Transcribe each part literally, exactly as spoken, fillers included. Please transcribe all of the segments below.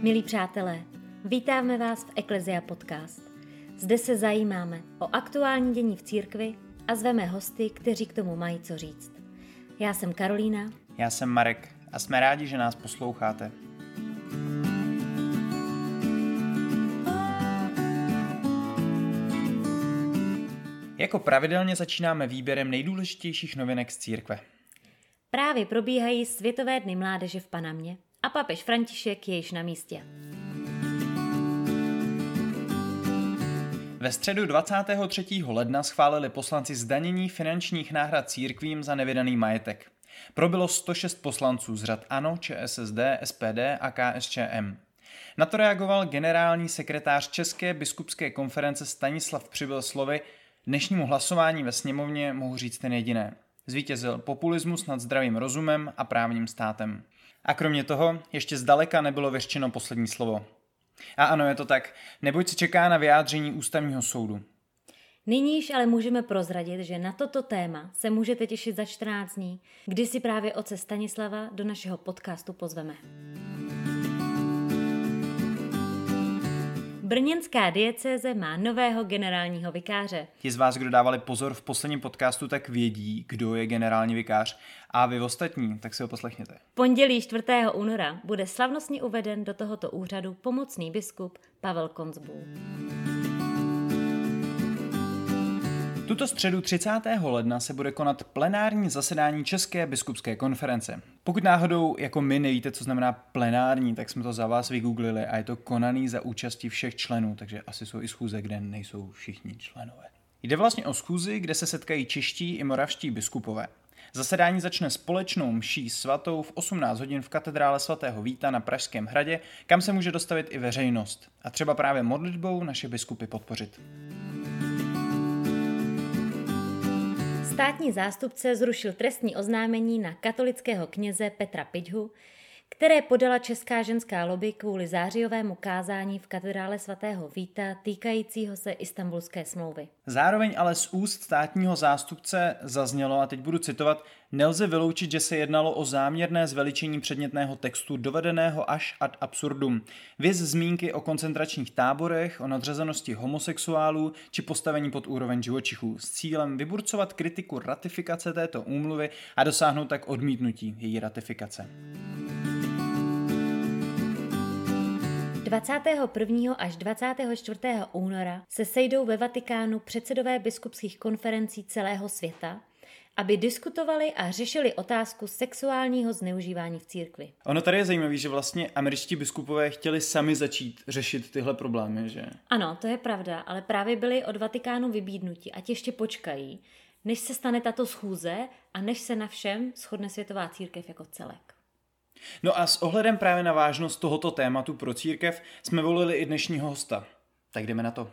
Milí přátelé, vítáme vás v Ecclesia Podcast. Zde se zajímáme o aktuální dění v církvi a zveme hosty, kteří k tomu mají co říct. Já jsem Karolína. Já jsem Marek a jsme rádi, že nás posloucháte. Jako pravidelně začínáme výběrem nejdůležitějších novinek z církve. Právě probíhají Světové dny mládeže v Panamě a papež František je již na místě. Ve středu dvacátého třetího ledna schválili poslanci zdanění finančních náhrad církvím za nevydaný majetek. Probilo sto šest poslanců z řad ANO, ČSSD, S P D a K S Č M. Na to reagoval generální sekretář České biskupské konference Stanislav Přibyl slovy: dnešnímu hlasování ve sněmovně mohu říct jen jediné. Zvítězil populismus nad zdravým rozumem a právním státem. A kromě toho ještě zdaleka nebylo vyřčeno poslední slovo. A ano, je to tak, neboť se čeká na vyjádření ústavního soudu. Nyní již ale můžeme prozradit, že na toto téma se můžete těšit za čtrnáct dní, kdy si právě otce Stanislava do našeho podcastu pozveme. Brněnská diecéze má nového generálního vikáře. Ti z vás, kdo dávali pozor v posledním podcastu, tak vědí, kdo je generální vikář. A vy ostatní, tak si ho poslechněte. V pondělí čtvrtého února bude slavnostně uveden do tohoto úřadu pomocný biskup Pavel Koncbůl. Tuto středu třicátého ledna se bude konat plenární zasedání České biskupské konference. Pokud náhodou jako my nevíte, co znamená plenární, tak jsme to za vás vygooglili a je to konaný za účasti všech členů, takže asi jsou i schůze, kde nejsou všichni členové. Jde vlastně o schůzi, kde se setkají čeští i moravští biskupové. Zasedání začne společnou mší svatou v osmnáct hodin v katedrále svatého Víta na Pražském hradě, kam se může dostavit i veřejnost a třeba právě modlitbou naše biskupy podpořit. Státní zástupce zrušil trestní oznámení na katolického kněze Petra Piťhu, které podala Česká ženská lobby kvůli zářijovému kázání v katedrále svatého Víta týkajícího se Istanbulské smlouvy. Zároveň ale z úst státního zástupce zaznělo, a teď budu citovat: nelze vyloučit, že se jednalo o záměrné zveličení předmětného textu dovedeného až ad absurdum. Viz zmínky o koncentračních táborech, o nadřazenosti homosexuálů či postavení pod úroveň živočichů s cílem vyburcovat kritiku ratifikace této úmluvy a dosáhnout tak odmítnutí její ratifikace. dvacátého prvního až dvacátého čtvrtého února se sejdou ve Vatikánu předsedové biskupských konferencí celého světa, aby diskutovali a řešili otázku sexuálního zneužívání v církvi. Ono tady je zajímavé, že vlastně američtí biskupové chtěli sami začít řešit tyhle problémy, že? Ano, to je pravda, ale právě byli od Vatikánu vybídnuti, ať ještě počkají, než se stane tato schůze a než se na všem shodne světová církev jako celek. No a s ohledem právě na vážnost tohoto tématu pro církev jsme volili i dnešního hosta. Tak jdeme na to.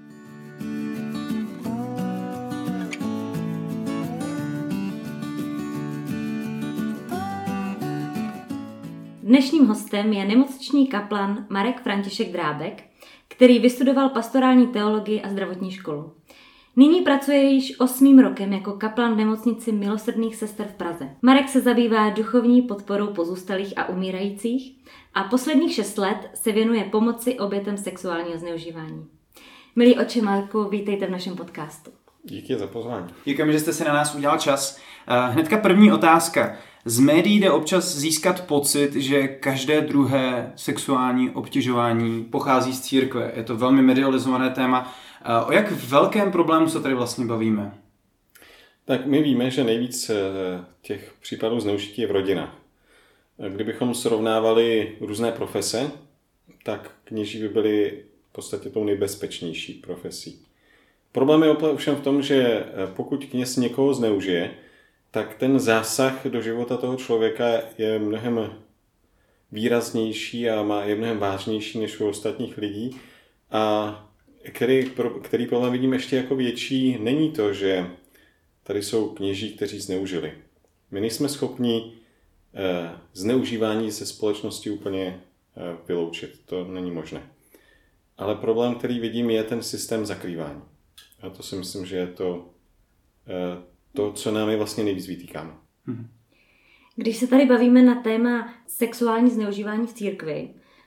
Dnešním hostem je nemocniční kaplan Marek František Drábek, který vystudoval pastorální teologii a zdravotní školu. Nyní pracuje již osmým rokem jako kaplan v nemocnici Milosrdných sester v Praze. Marek se zabývá duchovní podporou pozůstalých a umírajících a posledních šest let se věnuje pomoci obětem sexuálního zneužívání. Milí oče Marku, vítejte v našem podcastu. Díky za pozvání. Děkujeme, že jste si na nás udělal čas. Hnedka první otázka. Z médií jde občas získat pocit, že každé druhé sexuální obtěžování pochází z církve. Je to velmi medializované téma. O jak velkém problému se tady vlastně bavíme? Tak my víme, že nejvíc těch případů zneužití je v rodinách. Kdybychom srovnávali různé profese, tak kněží by byli v podstatě tou nejbezpečnější profesí. Problém je ovšem v tom, že pokud kněz někoho zneužije, tak ten zásah do života toho člověka je mnohem výraznější a má, je mnohem vážnější než u ostatních lidí. A který, který problém vidím ještě jako větší, není to, že tady jsou kněží, kteří zneužili. My nejsme schopni eh, zneužívání ze společnosti úplně eh, vyloučit. To není možné. Ale problém, který vidím, je ten systém zakrývání. A to si myslím, že je to, eh, to co nám je vlastně nejvíc vytýkáno. Když se tady bavíme na téma sexuální zneužívání v církvi,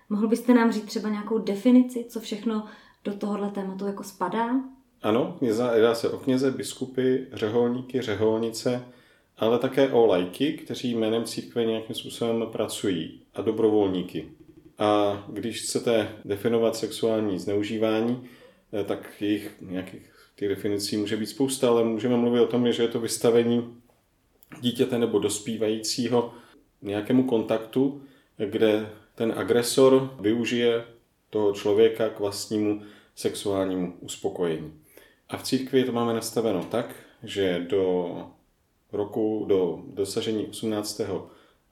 Mohl byste nám říct třeba nějakou definici, co všechno do tohohle tématu jako spadá? Ano, jedná se o kněze, biskupy, řeholníky, řeholnice, ale také o laiky, kteří jménem církve nějakým způsobem pracují, a dobrovolníky. A když chcete definovat sexuální zneužívání, tak jejich nějakých těch definicí může být spousta, ale můžeme mluvit o tom, že je to vystavení dítěte nebo dospívajícího nějakému kontaktu, kde ten agresor využije toho člověka k vlastnímu sexuálnímu uspokojení. A v církvi to máme nastaveno tak, že do roku, do dosažení osmnáctého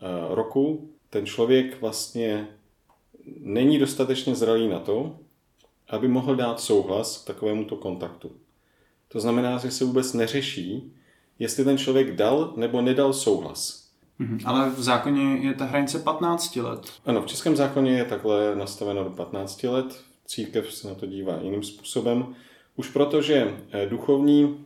roku ten člověk vlastně není dostatečně zralý na to, aby mohl dát souhlas k takovémuto kontaktu. To znamená, že se vůbec neřeší, jestli ten člověk dal nebo nedal souhlas. Mhm, ale v zákoně je ta hranice patnáct let. Ano, v českém zákoně je takhle nastaveno do patnácti let. Církev se na to dívá jiným způsobem. Už proto, že duchovní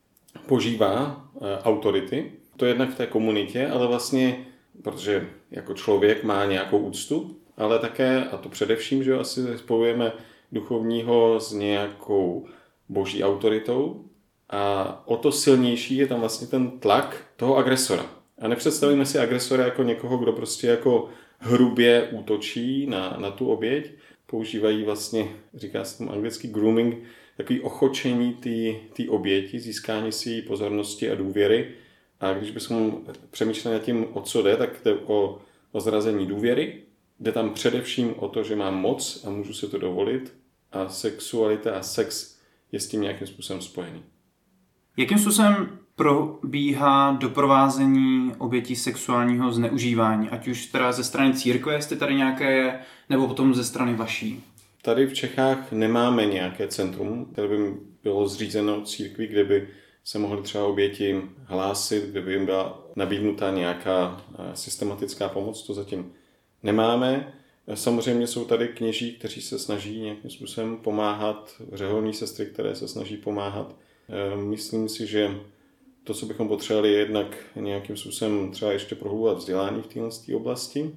požívá autority, to je jednak v té komunitě, ale vlastně, protože jako člověk má nějakou úctu, ale také, a to především, že asi spojujeme duchovního s nějakou boží autoritou a o to silnější je tam vlastně ten tlak toho agresora. A nepředstavíme si agresora jako někoho, kdo prostě jako hrubě útočí na, na tu oběť. Používají vlastně, říká se tomu anglicky grooming, takový ochočení té oběti, získání si její pozornosti a důvěry. A když bychom přemýšleli nad tím, o co jde, tak jde o, o zrazení důvěry. Jde tam především o to, že mám moc a můžu si to dovolit. A sexualita a sex je s tím nějakým způsobem spojený. Jakým způsobem probíhá doprovázení obětí sexuálního zneužívání? Ať už teda ze strany církve, jestli tady nějaké je, nebo potom ze strany vaší? Tady v Čechách nemáme nějaké centrum, které by bylo zřízeno církví, kde by se mohly třeba oběti hlásit, kde by jim byla nabídnuta nějaká systematická pomoc. To zatím nemáme. Samozřejmě jsou tady kněží, kteří se snaží nějakým způsobem pomáhat, řeholní sestry, které se snaží pomáhat. Myslím si, že to, co bychom potřebovali, je jednak nějakým způsobem třeba ještě prohlubovat vzdělání v této oblasti.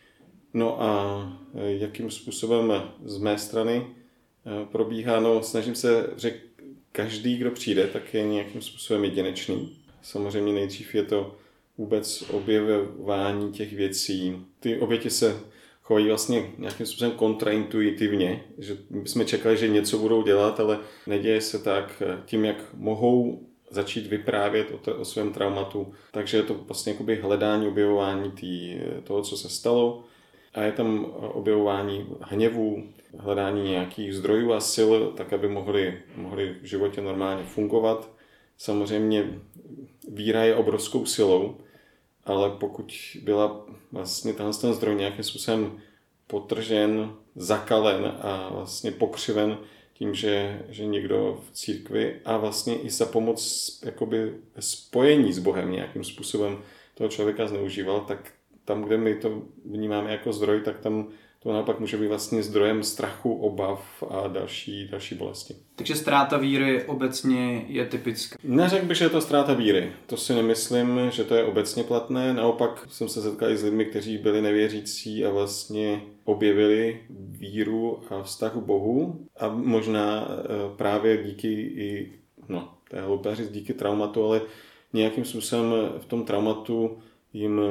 No a jakým způsobem z mé strany probíhá, no snažím se, že každý, kdo přijde, tak je nějakým způsobem jedinečný. Samozřejmě nejdřív je to vůbec objevování těch věcí. Ty oběti se chovají vlastně nějakým způsobem kontraintuitivně, že jsme čekali, že něco budou dělat, ale neděje se tak tím, jak mohou začít vyprávět o, to, o svém traumatu. Takže je to vlastně jakoby hledání, objevování tý, toho, co se stalo. A je tam objevování hněvu, hledání nějakých zdrojů a sil, tak aby mohli, mohli v životě normálně fungovat. Samozřejmě víra je obrovskou silou, ale pokud byla vlastně ten zdroj nějakým způsobem potržen, zakalen a vlastně pokřiven tím, že, že někdo v církvi a vlastně i za pomoc jakoby spojení s Bohem nějakým způsobem toho člověka zneužíval, tak tam, kde my to vnímáme jako zdroj, tak tam to naopak může být vlastně zdrojem strachu, obav a další, další bolesti. Takže ztráta víry obecně je typická. Neřekl bych, že je to ztráta víry. To si nemyslím, že to je obecně platné. Naopak jsem se setkal i s lidmi, kteří byli nevěřící a vlastně objevili víru a vztah k Bohu. A možná právě díky i, no, to je hloupé říct díky traumatu, ale nějakým způsobem v tom traumatu jim,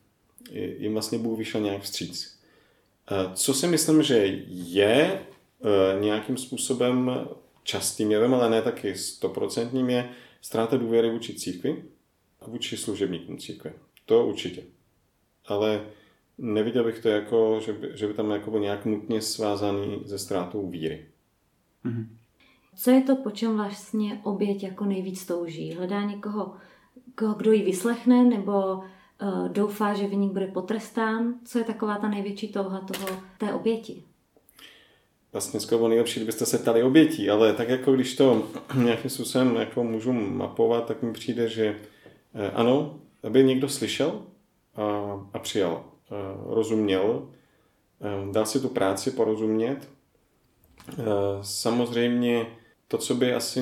jim vlastně Bůh vyšel nějak vstříc. Co si myslím, že je nějakým způsobem častým jevem, ale ne taky stoprocentním, je ztráta důvěry vůči církvi a vůči služebníkům církve. To určitě. Ale neviděl bych to jako, že by, že by tam jako byl nějak nutně svázaný se ztrátou víry. Mm-hmm. Co je to, po čem vlastně oběť jako nejvíc touží? Hledá někoho, koho, kdo ji vyslechne, nebo doufá, že viník bude potrestán? Co je taková ta největší touha toho, té oběti? Vlastně skoro nejlepší, kdybyste se ptali obětí, ale tak jako když to nějakým způsobem jako můžu mapovat, tak mi přijde, že ano, aby někdo slyšel a, a přijal, rozuměl, dal si tu práci porozumět. Samozřejmě to, co by asi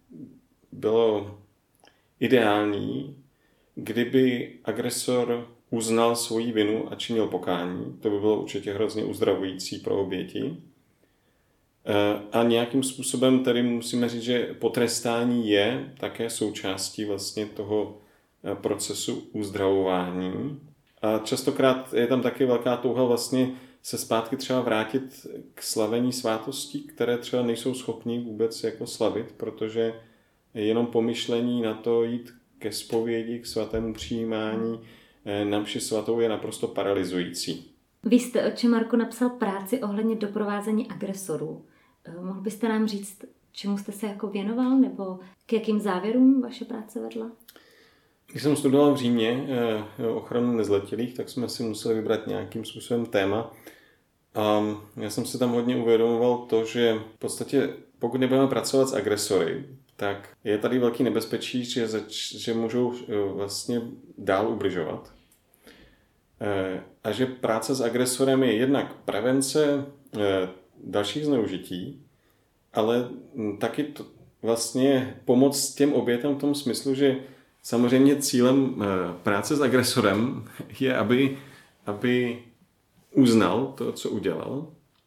bylo ideální, kdyby agresor uznal svoji vinu a činil pokání. To by bylo určitě hrozně uzdravující pro oběti. A nějakým způsobem tady musíme říct, že potrestání je také součástí vlastně toho procesu uzdravování. A častokrát je tam taky velká touha vlastně se zpátky třeba vrátit k slavení svátostí, které třeba nejsou schopni vůbec jako slavit, protože jenom pomyšlení na to jít ke zpovědi, k svatému přijímání na mši svatou je naprosto paralyzující. Vy jste, otče Marku, napsal práci ohledně doprovázení agresorů. Mohl byste nám říct, čemu jste se jako věnoval, nebo k jakým závěrům vaše práce vedla? Když jsem studoval v Římě ochranu nezletilých, tak jsme si museli vybrat nějakým způsobem téma. A já jsem si tam hodně uvědomoval to, že v podstatě pokud nebudeme pracovat s agresory, tak je tady velký nebezpečí, že, zač- že můžou vlastně dál ubližovat. A že práce s agresorem je jednak prevence dalších zneužití, ale taky to vlastně pomoc těm obětem v tom smyslu, že samozřejmě cílem práce s agresorem je, aby, aby uznal to, co udělal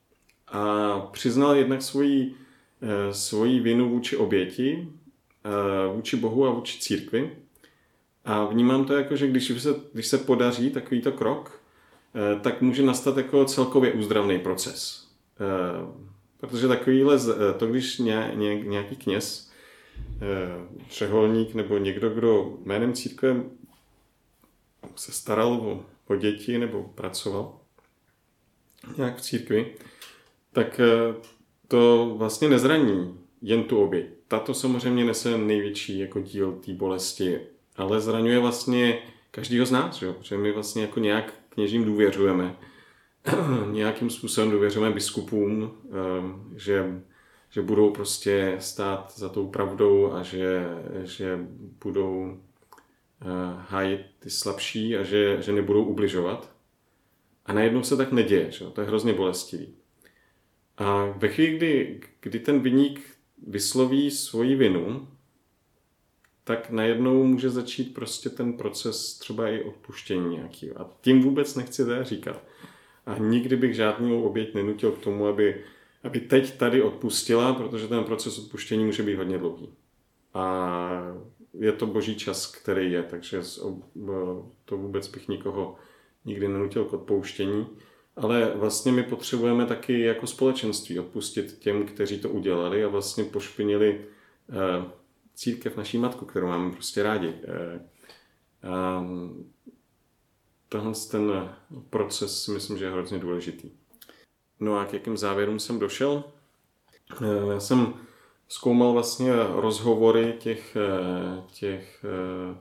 a přiznal jednak svoji, svoji vinu vůči oběti, vůči Bohu a vůči církvi. A vnímám to jako, že když se, když se podaří takovýto krok, tak může nastat jako celkově úzdravný proces. Protože takovýhle, to když nějaký kněz, řeholník nebo někdo, kdo jménem církve se staral o, o děti nebo pracoval nějak v církvi, tak to vlastně nezraní jen tu oběť. Tato samozřejmě nese největší jako díl té bolesti, ale zraňuje vlastně každýho z nás, že, že my vlastně jako nějak kněžím důvěřujeme. Nějakým způsobem důvěřujeme biskupům, že, že budou prostě stát za tou pravdou a že, že budou hájit ty slabší a že, že nebudou ubližovat. A najednou se tak neděje, že? To je hrozně bolestivý. A ve chvíli, kdy, kdy ten viník vysloví svoji vinu, tak najednou může začít prostě ten proces třeba i odpuštění nějaký. A tím vůbec nechci tady říkat. A nikdy bych žádnou oběť nenutil k tomu, aby, aby teď tady odpustila, protože ten proces odpuštění může být hodně dlouhý. A je to boží čas, který je, takže to vůbec bych nikoho nikdy nenutil k odpouštění. Ale vlastně my potřebujeme taky jako společenství odpustit těm, kteří to udělali a vlastně pošpinili eh, církev, naší matku, kterou máme prostě rádi. Eh, a tenhle ten proces myslím, že je hrozně důležitý. No a k jakým závěrům jsem došel? Eh, já jsem zkoumal vlastně rozhovory těch, těch eh,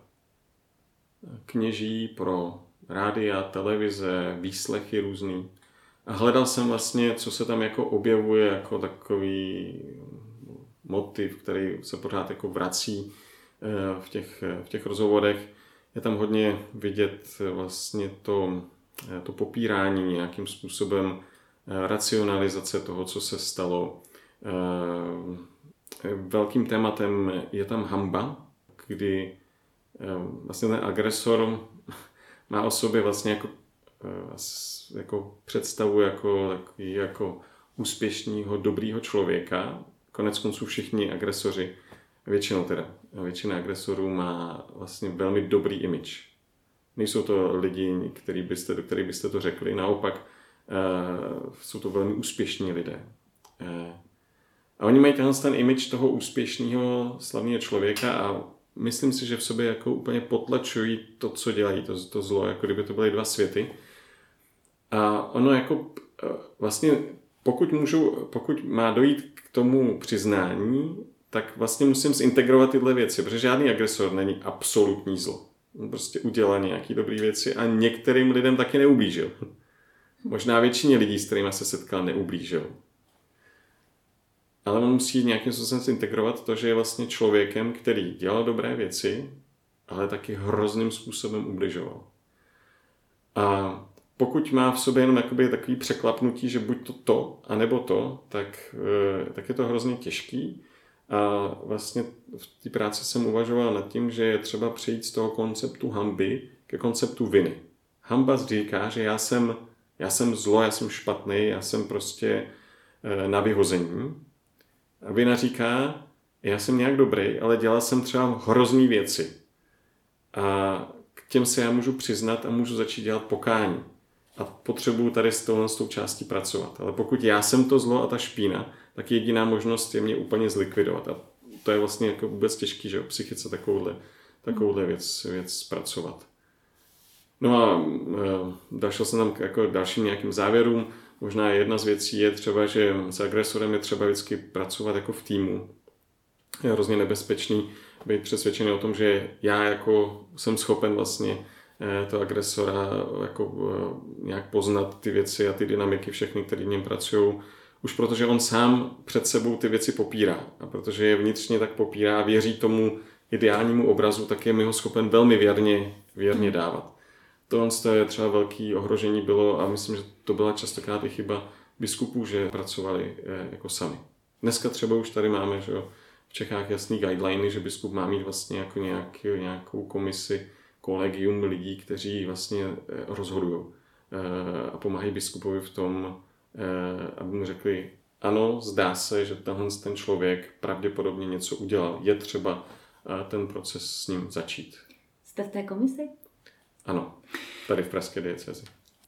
kněží pro rádia, televize, výslechy různý. A hledal jsem vlastně, co se tam jako objevuje jako takový motiv, který se pořád jako vrací v těch, v těch rozhovorech. Je tam hodně vidět vlastně to, to popírání nějakým způsobem, racionalizace toho, co se stalo. Velkým tématem je tam hanba, kdy vlastně ten agresor má o sobě vlastně jako, jako představu jako, takový jako úspěšného, dobrýho člověka. Konec konců všichni agresoři, většinou teda, většina agresorů má vlastně velmi dobrý image. Nejsou to lidi, který byste, do kterých byste to řekli, naopak jsou to velmi úspěšní lidé. A oni mají tenhle ten image toho úspěšného, slavného člověka a myslím si, že v sobě jako úplně potlačují to, co dělají, to, to zlo, jako kdyby to byly dva světy. A ono jako vlastně, pokud můžu, pokud má dojít k tomu přiznání, tak vlastně musím zintegrovat tyhle věci, protože žádný agresor není absolutní zlo. On prostě udělá nějaké dobré věci a některým lidem taky neublížil. Možná většině lidí, s kterými se setkal, neublížil. Ale on musí nějakým způsobem zintegrovat to, že je vlastně člověkem, který dělal dobré věci, ale taky hrozným způsobem ubližoval. A pokud má v sobě jenom takový překlapnutí, že buď to to, anebo to, tak, tak je to hrozně těžký. A vlastně v té práci jsem uvažoval nad tím, že je třeba přejít z toho konceptu hanby ke konceptu viny. Hanba říká, že já jsem, já jsem zlo, já jsem špatný, já jsem prostě e, na vyhození. A vina říká, já jsem nějak dobrý, ale dělal jsem třeba hrozný věci. A k těm se já můžu přiznat a můžu začít dělat pokání. A potřebuju tady s touhle s tou částí pracovat. Ale pokud já jsem to zlo a ta špína, tak jediná možnost je mě úplně zlikvidovat. A to je vlastně jako vůbec těžký, že o psychice takovouhle, takovouhle věc, věc zpracovat. No a e, došel jsem tam k jako dalším nějakým závěrům. Možná jedna z věcí je třeba, že s agresorem je třeba vždycky pracovat jako v týmu. Je hrozně nebezpečný být přesvědčený o tom, že já jako jsem schopen vlastně to agresora jako nějak poznat ty věci a ty dynamiky všechny, které v něm pracují. Už protože on sám před sebou ty věci popírá. A protože je vnitřně tak popírá, věří tomu ideálnímu obrazu, tak je mi ho schopen velmi věrně, věrně dávat. Tohle je třeba velké ohrožení bylo a myslím, že to byla častokrát i chyba biskupů, že pracovali jako sami. Dneska třeba už tady máme, že jo, v Čechách jasný guideliny, že biskup má mít vlastně jako nějaký, nějakou komisi, kolegium lidí, kteří vlastně rozhodují a pomáhají biskupovi v tom, aby mu řekli, ano, zdá se, že tenhle ten člověk pravděpodobně něco udělal. Je třeba ten proces s ním začít. Jste v té komisi? Ano, tady v pražské diecézi.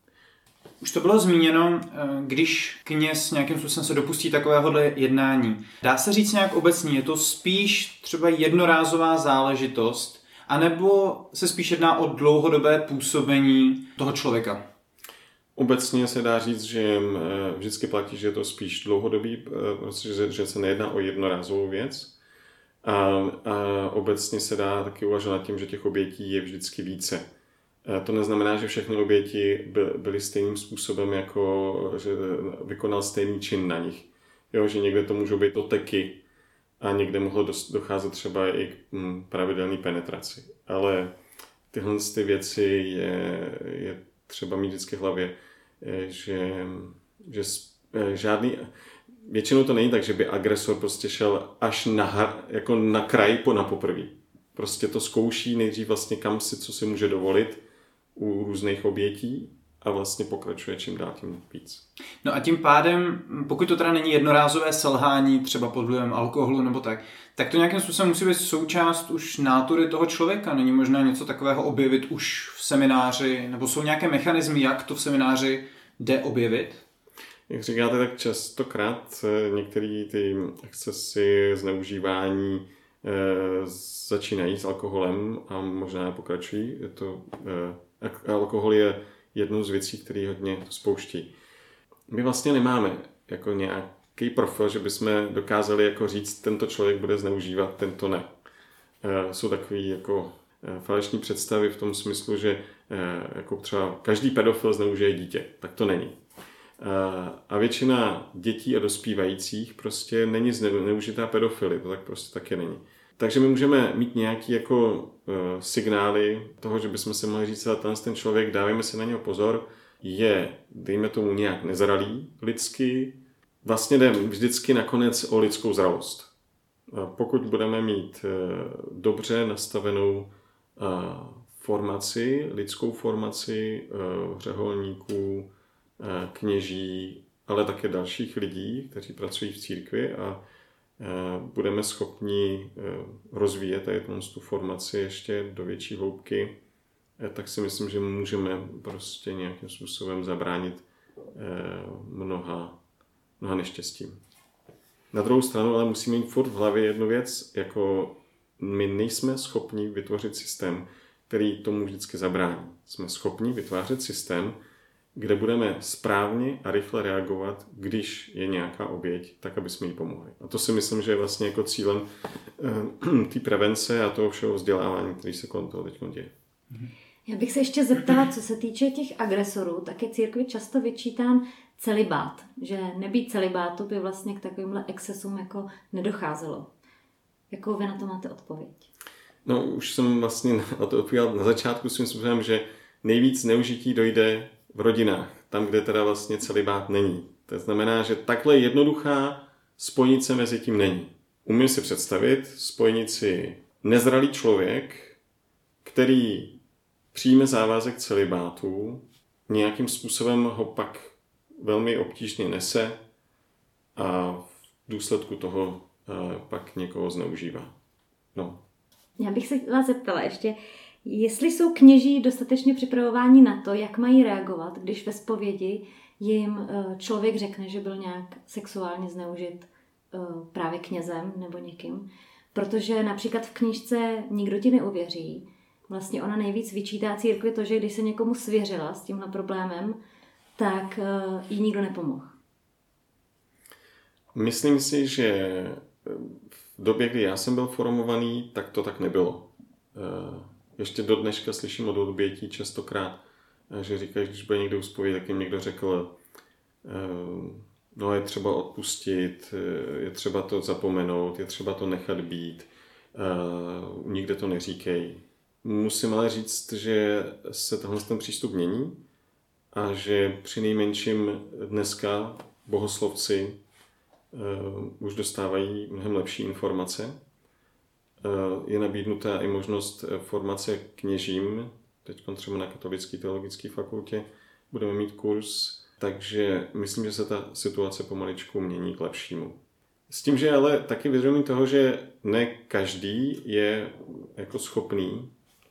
Už to bylo zmíněno, když kněz nějakým způsobem se dopustí takovéhohle jednání. Dá se říct nějak obecně, je to spíš třeba jednorázová záležitost, anebo se spíš jedná o dlouhodobé působení toho člověka? Obecně se dá říct, že vždycky platí, že je to spíš dlouhodobý, protože že se nejedná o jednorázovou věc. A, a obecně se dá taky uvažovat nad tím, že těch obětí je vždycky více. To neznamená, že všechny oběti byly stejným způsobem, jako že vykonal stejný čin na nich. Jo, že někde to můžou být oteky a někde mohlo docházet třeba i k pravidelné penetraci. Ale tyhle ty věci je, je třeba mít vždycky v hlavě, že, že žádný... Většinou to není tak, že by agresor prostě šel až na, jako na kraj po na poprví. Prostě to zkouší nejdřív vlastně kam si, co si může dovolit u různých obětí a vlastně pokračuje čím dál tím víc. No a tím pádem, pokud to teda není jednorázové selhání, třeba pod vlivem alkoholu nebo tak, tak to nějakým způsobem musí být součást už nátury toho člověka. Není možné něco takového objevit už v semináři, nebo jsou nějaké mechanismy, jak to v semináři jde objevit? Jak říkáte, tak častokrát některé ty excesy, zneužívání e, začínají s alkoholem a možná pokračují. Je to, e, alkohol je jednou z věcí, které hodně spouští. My vlastně nemáme jako nějaký profil, že bychom dokázali jako říct, tento člověk bude zneužívat, tento ne. E, jsou takové jako falešní představy v tom smyslu, že e, jako třeba každý pedofil zneužije dítě. Tak to není. A většina dětí a dospívajících prostě není zneužitá pedofily, to tak prostě taky není. Takže my můžeme mít nějaký jako uh, signály toho, že bychom si mohli říct, že ten člověk, dávejme si na něho pozor, je, dejme tomu, nějak nezralý lidsky. Vlastně jde vždycky nakonec o lidskou zralost. A pokud budeme mít uh, dobře nastavenou uh, formaci, lidskou formaci uh, řeholníků, kněží, ale také dalších lidí, kteří pracují v církvi a budeme schopni rozvíjet tady tu formaci ještě do větší hloubky, tak si myslím, že můžeme prostě nějakým způsobem zabránit mnoha, mnoha neštěstím. Na druhou stranu ale musíme mít furt v hlavě jednu věc, jako my nejsme schopni vytvořit systém, který tomu vždycky zabrání. Jsme schopni vytvářet systém, kde budeme správně a rychle reagovat, když je nějaká oběť, tak aby jsme jí pomohli. A to si myslím, že je vlastně jako cílem uh, té prevence a toho všeho vzdělávání, který se kolem toho teď děje. Já bych se ještě zeptala, co se týče těch agresorů, tak je církvi často vyčítán celibát, že nebýt celibátu by vlastně k takovýmhle excesům jako nedocházelo. Jakou vy na to máte odpověď? No, už jsem vlastně na to odpověděl na začátku svým způsobem, že nejvíc zneužití dojde v rodinách, tam, kde teda vlastně celibát není. To znamená, že takhle jednoduchá spojnice mezi tím není. Umím si představit spojnici nezralý člověk, který přijme závazek celibátu, nějakým způsobem ho pak velmi obtížně nese a v důsledku toho pak někoho zneužívá. No. Já bych se vás zeptala ještě, jestli jsou kněží dostatečně připravováni na to, jak mají reagovat, když ve zpovědi jim člověk řekne, že byl nějak sexuálně zneužit právě knězem nebo někým. Protože například v knížce Nikdo ti neuvěří, vlastně ona nejvíc vyčítá církvi to, že když se někomu svěřila s tímhle problémem, tak jí nikdo nepomohl. Myslím si, že v době, kdy já jsem byl formovaný, tak to tak nebylo. Ještě do dneška slyším od obětí častokrát, že říkají, když bude někdo uspovědět, tak jim někdo řekl, no je třeba odpustit, je třeba to zapomenout, je třeba to nechat být, nikde to neříkej. Musím ale říct, že se tenhle ten přístup mění a že při nejmenším dneska bohoslovci Uh, už dostávají mnohem lepší informace. Uh, je nabídnutá i možnost formace kněžím. Teď třeba na Katolické teologické fakultě budeme mít kurz, takže myslím, že se ta situace pomaličku mění k lepšímu. S tím, že ale taky vědomí toho, že ne každý je jako schopný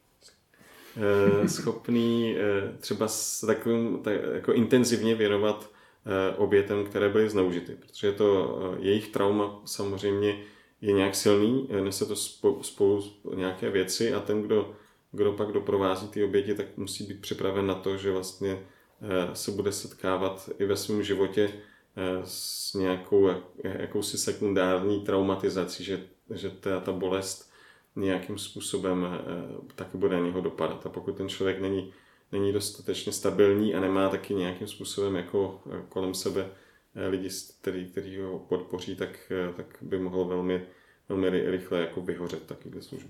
uh, schopný uh, třeba s takovým tak, jako intenzivně věnovat obětem, které byly zneužity. Protože to jejich trauma samozřejmě je nějak silný, nese to spolu, spolu nějaké věci a ten, kdo, kdo pak doprovází ty oběti, tak musí být připraven na to, že vlastně se bude setkávat i ve svém životě s nějakou jakousi sekundární traumatizací, že, že ta, ta bolest nějakým způsobem taky bude na něho dopadat. A pokud ten člověk není není dostatečně stabilní a nemá taky nějakým způsobem jako kolem sebe lidi, který, který ho podpoří, tak, tak by mohl velmi, velmi rychle jako vyhořet taky služby.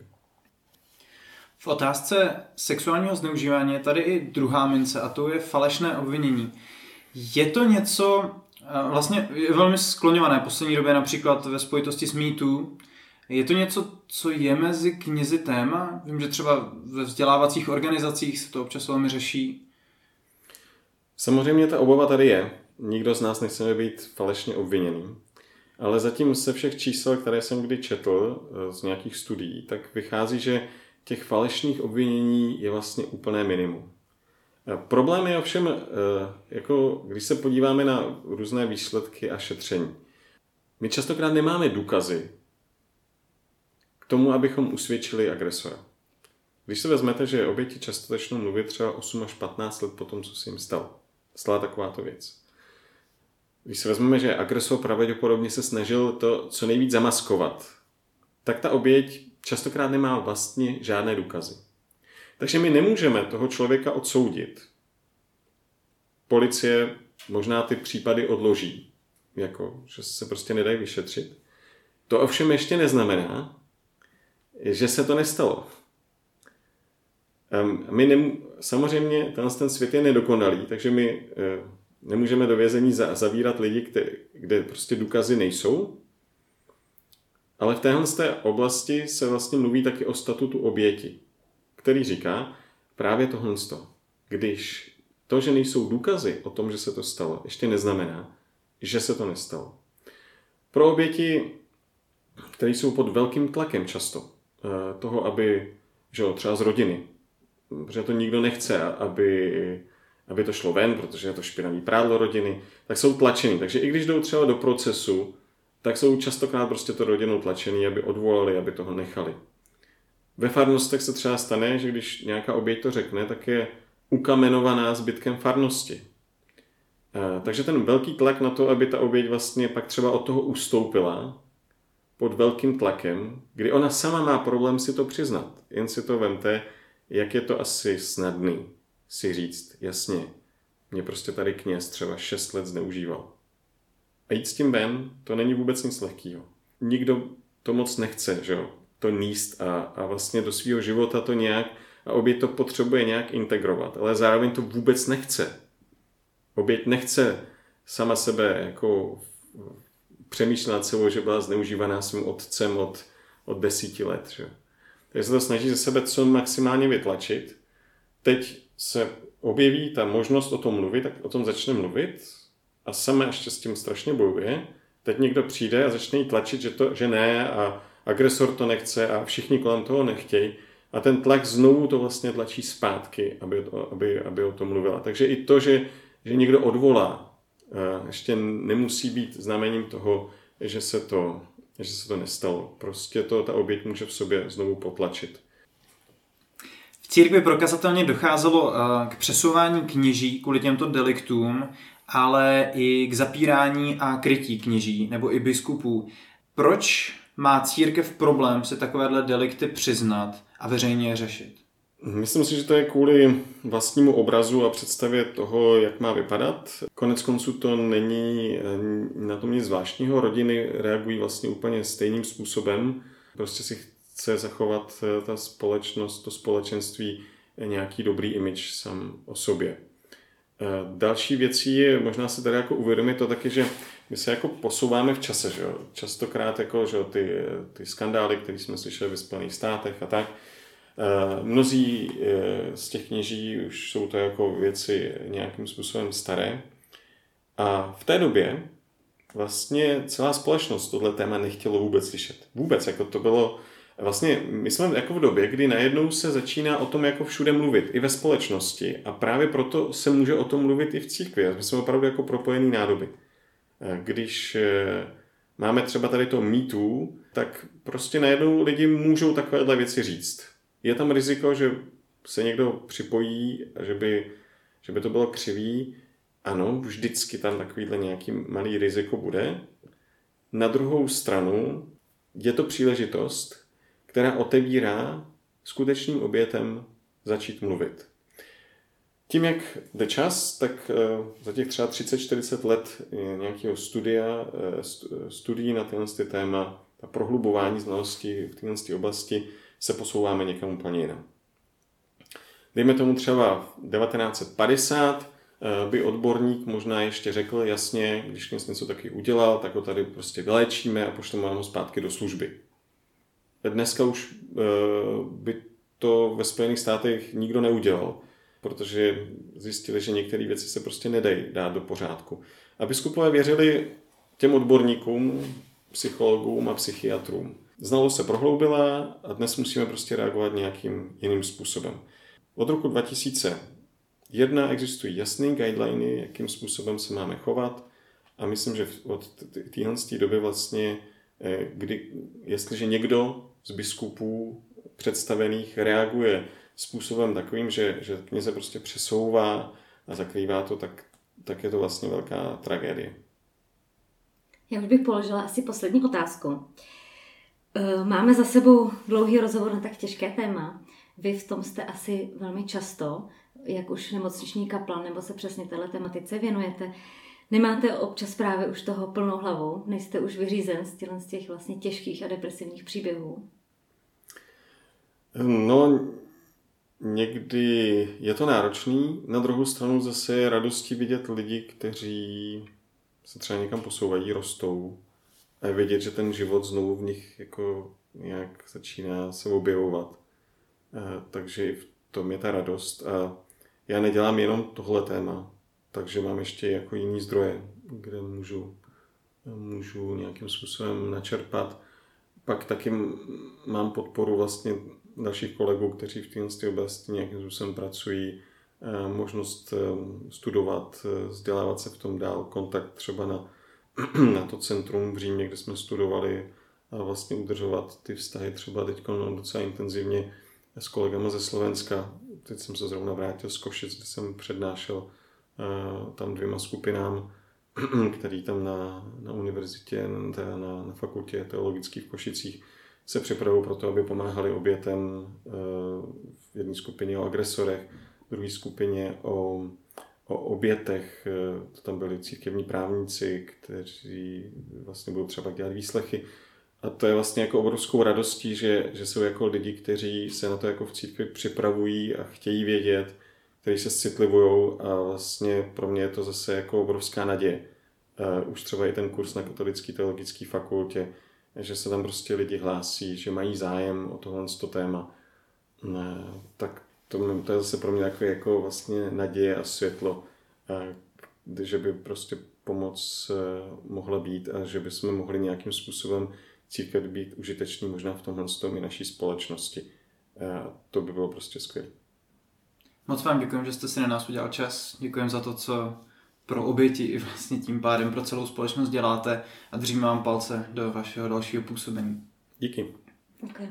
V otázce sexuálního zneužívání je tady i druhá mince a to je falešné obvinění. Je to něco, vlastně je velmi skloňované v poslední době například ve spojitosti s MeToo. Je to něco, co je mezi knězi téma? Vím, že třeba ve vzdělávacích organizacích se to občas velmi řeší. Samozřejmě ta obava tady je. Nikdo z nás nechceme být falešně obviněný. Ale zatím ze všech čísel, které jsem kdy četl z nějakých studií, tak vychází, že těch falešných obvinění je vlastně úplné minimum. Problém je ovšem, jako když se podíváme na různé výsledky a šetření. My častokrát nemáme důkazy k tomu, abychom usvědčili agresora. Když se vezmete, že oběti často začnou mluvit třeba osm až patnáct let po tom, co se jim stalo. Stala takováto věc. Když se vezmeme, že agresor pravděpodobně se snažil to co nejvíc zamaskovat, tak ta oběť častokrát nemá vlastně žádné důkazy. Takže my nemůžeme toho člověka odsoudit. Policie možná ty případy odloží, jako, že se prostě nedají vyšetřit. To ovšem ještě neznamená, že se to nestalo. My nemů- samozřejmě ten svět je nedokonalý, takže my nemůžeme do vězení zavírat lidi, kde, kde prostě důkazy nejsou. Ale v téhle oblasti se vlastně mluví taky o statutu oběti, který říká právě tohle. Když to, že nejsou důkazy o tom, že se to stalo, ještě neznamená, že se to nestalo. Pro oběti, které jsou pod velkým tlakem často, toho, aby, že jo, třeba z rodiny, protože to nikdo nechce, aby, aby to šlo ven, protože je to špinavý prádlo rodiny, tak jsou tlačený. Takže i když jdou třeba do procesu, tak jsou častokrát prostě to rodinou tlačený, aby odvolali, aby toho nechali. Ve farnostech se třeba stane, že když nějaká oběť to řekne, tak je ukamenovaná zbytkem farnosti. Takže ten velký tlak na to, aby ta oběť vlastně pak třeba od toho ustoupila, pod velkým tlakem, kdy ona sama má problém si to přiznat. Jen si to vemte, jak je to asi snadný si říct, jasně, mě prostě tady kněz třeba šest let zneužíval. A jít s tím ven, to není vůbec nic lehkýho. Nikdo to moc nechce, že jo, to níst a, a vlastně do svého života to nějak, a oběť to potřebuje nějak integrovat, ale zároveň to vůbec nechce. Oběť nechce sama sebe jako přemýšlet nad sebou, že byla zneužívaná svým otcem od, od desíti let. Že? Takže se to snaží ze sebe co maximálně vytlačit, teď se objeví ta možnost o tom mluvit, tak o tom začne mluvit a sama ještě s tím strašně bojuje. Teď někdo přijde a začne jí tlačit, že, to, že ne a agresor to nechce a všichni kolem toho nechtějí. A ten tlak znovu to vlastně tlačí zpátky, aby, aby, aby o tom mluvila. Takže i to, že, že někdo odvolá, ještě nemusí být znamením toho, že se to, že se to nestalo. Prostě to ta oběť může v sobě znovu potlačit. V církvi prokazatelně docházelo k přesouvání kněží kvůli těmto deliktům, ale i k zapírání a krytí kněží nebo i biskupů. Proč má církev problém si takovéhle delikty přiznat a veřejně je řešit? Myslím si, že to je kvůli vlastnímu obrazu a představě toho, jak má vypadat. Konec konců to není na tom nic zvláštního. Rodiny reagují vlastně úplně stejným způsobem. Prostě si chce zachovat ta společnost, to společenství nějaký dobrý image sám o sobě. Další věcí je, možná se tady jako uvědomit to taky, že my se jako posouváme v čase, že jo? Častokrát jako, že jo, ty, ty skandály, které jsme slyšeli ve Spojených státech a tak. Mnozí z těch kněží už jsou to jako věci nějakým způsobem staré. A v té době vlastně celá společnost tohle téma nechtělo vůbec slyšet. Vůbec, jako to bylo. Vlastně my jsme jako v době, kdy najednou se začíná o tom jako všude mluvit, i ve společnosti. A právě proto se může o tom mluvit i v církvi. My jsme opravdu jako propojený nádoby. Když máme třeba tady to Me Too, tak prostě najednou lidi můžou takovéhle věci říct. Je tam riziko, že se někdo připojí a že by, že by to bylo křivý. Ano, vždycky tam takovýhle nějaký malý riziko bude. Na druhou stranu je to příležitost, která otevírá skutečným obětem začít mluvit. Tím, jak jde čas, tak za těch třeba třicet čtyřicet let nějakého studia, studií na tyhle téma, a prohlubování znalostí v téhle oblasti se posouváme někam úplně jinam. Dejme tomu třeba v devatenáct set padesát by odborník možná ještě řekl jasně, když něco taky udělal, tak ho tady prostě vyléčíme a pošleme ho zpátky do služby. Dneska už by to ve Spojených státech nikdo neudělal, protože zjistili, že některé věci se prostě nedají dát do pořádku. A biskupové věřili těm odborníkům, psychologům a psychiatrům. Znalost se prohloubila a dnes musíme prostě reagovat nějakým jiným způsobem. Od roku dva tisíce jedna existují jasné guideliny, jakým způsobem se máme chovat a myslím, že od téhle doby vlastně, kdy, jestliže někdo z biskupů představených reaguje způsobem takovým, že, že kněze prostě přesouvá a zakrývá to, tak, tak je to vlastně velká tragédie. Já už bych položila asi poslední otázku. Máme za sebou dlouhý rozhovor na tak těžké téma. Vy v tom jste asi velmi často, jak už nemocniční kaplan, nebo se přesně téhle tematice věnujete. Nemáte občas právě už toho plnou hlavou? Nejste už vyřízen z těch, z těch vlastně těžkých a depresivních příběhů? No, někdy je to náročný. Na druhou stranu zase je radostí vidět lidi, kteří se třeba někam posouvají, rostou a je vidět, že ten život znovu v nich jako nějak začíná se objevovat. Takže i v tom je ta radost. A já nedělám jenom tohle téma, takže mám ještě jako jiný zdroje, kde můžu, můžu nějakým způsobem načerpat. Pak taky mám podporu vlastně dalších kolegů, kteří v této oblasti nějakým způsobem pracují, možnost studovat, vzdělávat se v tom dál, kontakt třeba na, na to centrum v Římě, kde jsme studovali a vlastně udržovat ty vztahy třeba teď docela intenzivně s kolegama ze Slovenska. Teď jsem se zrovna vrátil z Košic, kde jsem přednášel tam dvěma skupinám, který tam na, na univerzitě, na, na fakultě teologické v Košicích se připravují pro to, aby pomáhali obětem v jedné skupině o agresorech, v druhé skupině o, o obětech. To tam byli církevní právníci, kteří vlastně budou třeba dělat výslechy. A to je vlastně jako obrovskou radostí, že, že jsou jako lidi, kteří se na to jako v církvi připravují a chtějí vědět, kteří se citlivujou a vlastně pro mě je to zase jako obrovská naděje. Uh, už třeba i ten kurz na Katolické teologické fakultě, že se tam prostě lidi hlásí, že mají zájem o tohle téma. Ne, tak to, to je zase pro mě takové jako vlastně naděje a světlo, a, že by prostě pomoc mohla být a že bychom mohli nějakým způsobem církev být užitečný možná v tomhle tom i naší společnosti. A to by bylo prostě skvělé. Moc vám děkujem, že jste si na nás udělal čas. Děkujem za to, co pro oběti i vlastně tím pádem pro celou společnost děláte a držím vám palce do vašeho dalšího působení. Díky. Okay.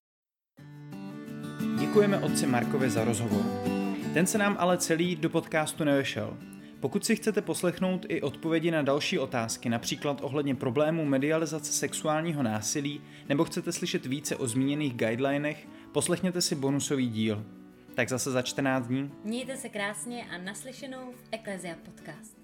Děkujeme otci Markovi za rozhovor. Ten se nám ale celý do podcastu nevešel. Pokud si chcete poslechnout i odpovědi na další otázky, například ohledně problémů medializace sexuálního násilí, nebo chcete slyšet více o zmíněných guidelinech, poslechněte si bonusový díl. Tak zase za čtrnáct dní. Mějte se krásně a naslyšenou v Ecclesia Podcast.